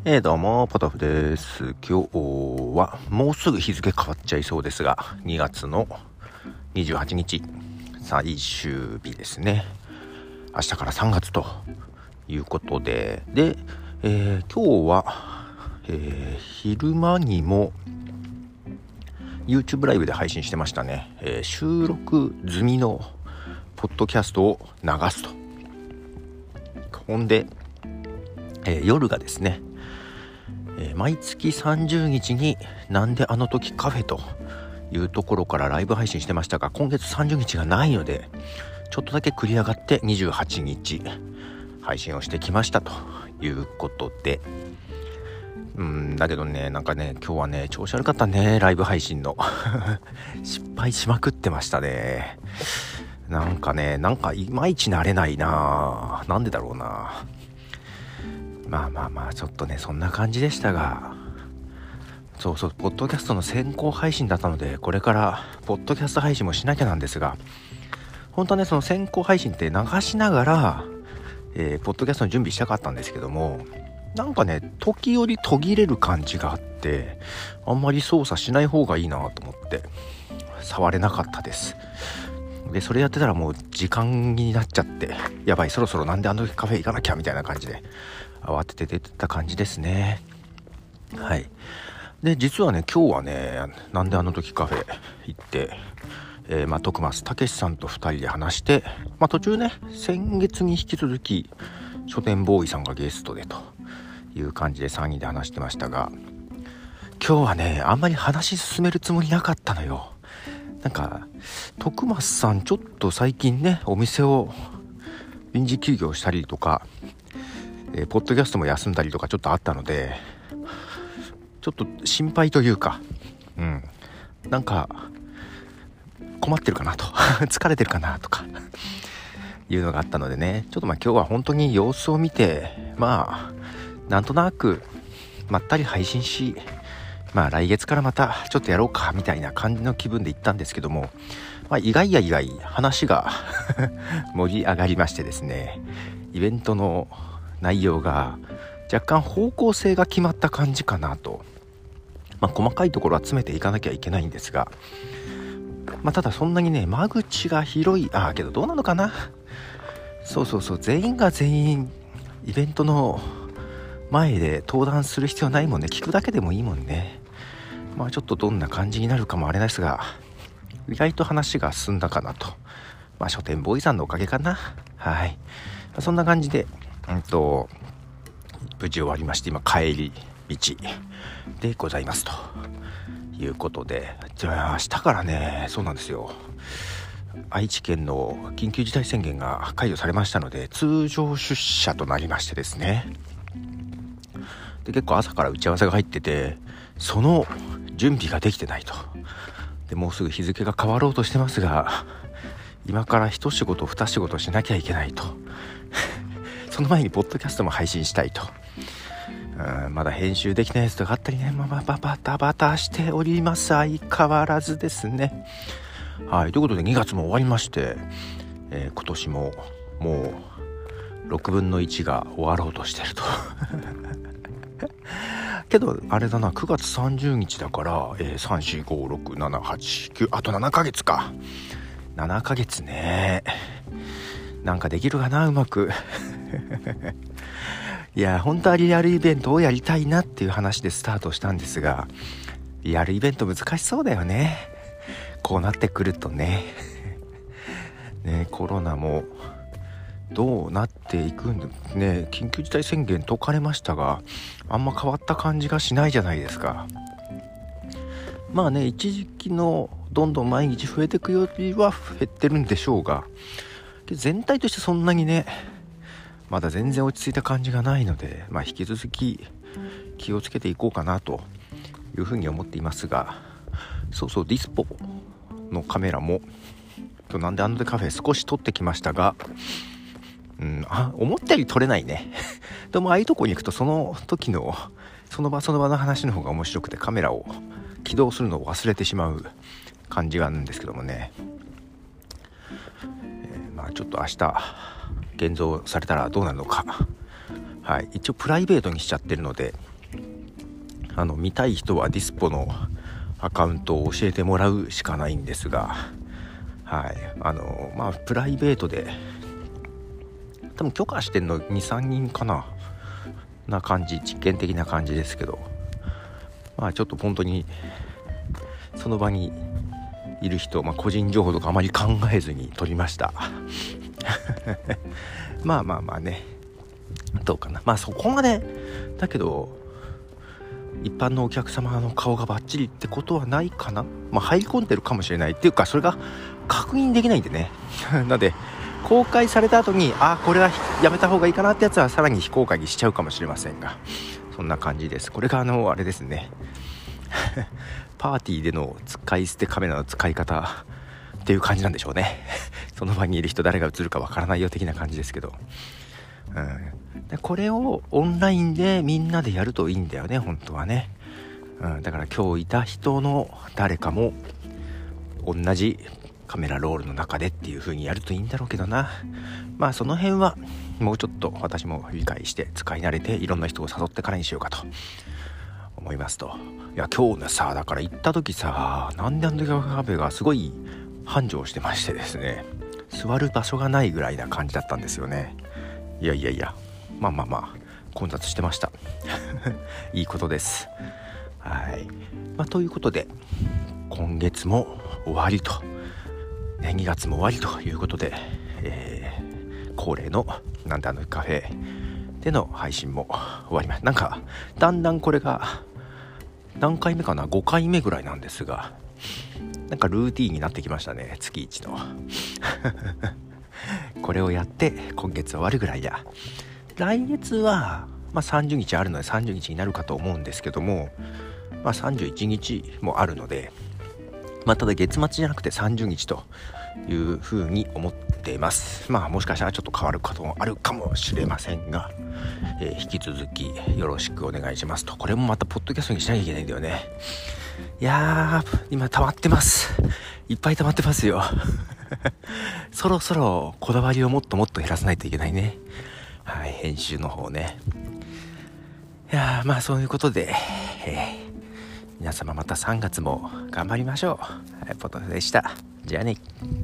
どうもポトフです。今日はもうすぐ日付変わっちゃいそうですが、2月の28日最終日ですね。明日から3月ということで、今日は、昼間にも YouTube ライブで配信してましたね。収録済みのポッドキャストを流すと。ほんで、夜がですね、毎月30日になんであの時カフェというところからライブ配信してましたが、今月30日がないのでちょっとだけ繰り上がって28日配信をしてきましたということで、だけどね、なんかね、今日はね調子悪かったね。ライブ配信の失敗しまくってましたね。なんかいまいち慣れないな。なんでだろうな。まあちょっとねそんな感じでしたが、ポッドキャストの先行配信だったので、これからポッドキャスト配信もしなきゃなんですが、本当はねその先行配信って流しながら、ポッドキャストの準備したかったんですけども、なんかね時折途切れる感じがあって、あんまり操作しない方がいいなと思って触れなかったです。でそれやってたらもう時間になっちゃって、やばい、そろそろなんであの時カフェ行かなきゃみたいな感じで慌てて出てた感じですね。はい。で実はね今日はねなんであの時カフェ行って、徳増たけしさんと2人で話して、途中ね先月に引き続き書店ボーイさんがゲストでという感じで3人で話してましたが、今日はねあんまり話進めるつもりなかったのよ。なんか徳増さんちょっと最近ねお店を臨時休業したりとか、ポッドキャストも休んだりとかちょっとあったので、ちょっと心配というか、なんか困ってるかなと疲れてるかなとかいうのがあったのでね、ちょっと今日は本当に様子を見て、なんとなくまったり配信し、来月からまたちょっとやろうかみたいな感じの気分で行ったんですけども、意外話が盛り上がりましてですね、イベントの内容が若干方向性が決まった感じかなと。細かいところは詰めていかなきゃいけないんですが、ただそんなにね間口が広いけどどうなのかな。全員が全員イベントの前で登壇する必要ないもんね。聞くだけでもいいもんね。ちょっとどんな感じになるかもあれですが、意外と話が進んだかなと。書店ボーイさんのおかげかな。はい。そんな感じで無事終わりまして、今帰り道でございますということで、じゃあ明日からね、そうなんですよ、愛知県の緊急事態宣言が解除されましたので、通常出社となりましてですね。で結構朝から打ち合わせが入ってて、その準備ができてないと。でもうすぐ日付が変わろうとしてますが、今から一仕事二仕事しなきゃいけないとその前にポッドキャストも配信したいと。まだ編集できないやつとかあったりね、バタしております。相変わらずですね。はい。ということで2月も終わりまして、今年ももう6分の1が終わろうとしてるとけどあれだな、9月30日だから、3456789、あと7ヶ月か。7ヶ月ね。なんかできるかな、うまくいや本当はリアルイベントをやりたいなっていう話でスタートしたんですが、リアルイベント難しそうだよね、こうなってくるとねコロナもどうなっていくんだね。緊急事態宣言解かれましたが、あんま変わった感じがしないじゃないですか。一時期のどんどん毎日増えていくよりは減ってるんでしょうが、全体としてそんなにねまだ全然落ち着いた感じがないので、引き続き気をつけていこうかなというふうに思っていますが、ディスポのカメラもなんであのでカフェ少し撮ってきましたが、思ったより撮れないねでもああいうとこに行くとその時のその場の話の方が面白くて、カメラを起動するのを忘れてしまう感じがあるんですけどもね。ちょっと明日現像されたらどうなるのか。はい、一応プライベートにしちゃってるので、 見たい人はディスポのアカウントを教えてもらうしかないんですが、はい、プライベートで多分許可してんの 2,3 人かな感じ、実験的な感じですけど、ちょっと本当にその場にいる人、個人情報とかあまり考えずに撮りましたまあね、どうかな、そこまでだけど一般のお客様の顔がバッチリってことはないかな。入り込んでるかもしれないっていうか、それが確認できないんでねなので公開された後にこれはやめた方がいいかなってやつはさらに非公開にしちゃうかもしれませんが、そんな感じです。これがあれですねパーティーでの使い捨てカメラの使い方っていう感じなんでしょうねその場にいる人誰が映るかわからないよ的な感じですけど、でこれをオンラインでみんなでやるといいんだよね本当はね、だから今日いた人の誰かも同じカメラロールの中でっていう風にやるといいんだろうけどな。その辺はもうちょっと私も理解して使い慣れていろんな人を誘ってからにしようかと思いますと。いや今日ねさ、だから行った時さ、なんでカフェがすごい繁盛してましてですね、座る場所がないぐらいな感じだったんですよね。いや混雑してましたいいことです。はい、ということで今月も終わりと、2月も終わりということで、恒例のなんでカフェでの配信も終わります。なんかだんだんこれが何回目かな、5回目ぐらいなんですが、なんかルーティーンになってきましたね、月1のこれをやって今月終わるぐらいや。来月は、30日あるので30日になるかと思うんですけども、31日もあるので、ただ月末じゃなくて30日というふうに思っています。もしかしたらちょっと変わることもあるかもしれませんが、引き続きよろしくお願いしますと。これもまたポッドキャストにしなきゃいけないんだよね。いやー今溜まってます、いっぱい溜まってますよそろそろこだわりをもっともっと減らさないといけないね。はい、編集の方ね。いやそういうことで、皆様また3月も頑張りましょう。ポトフでした。じゃあね。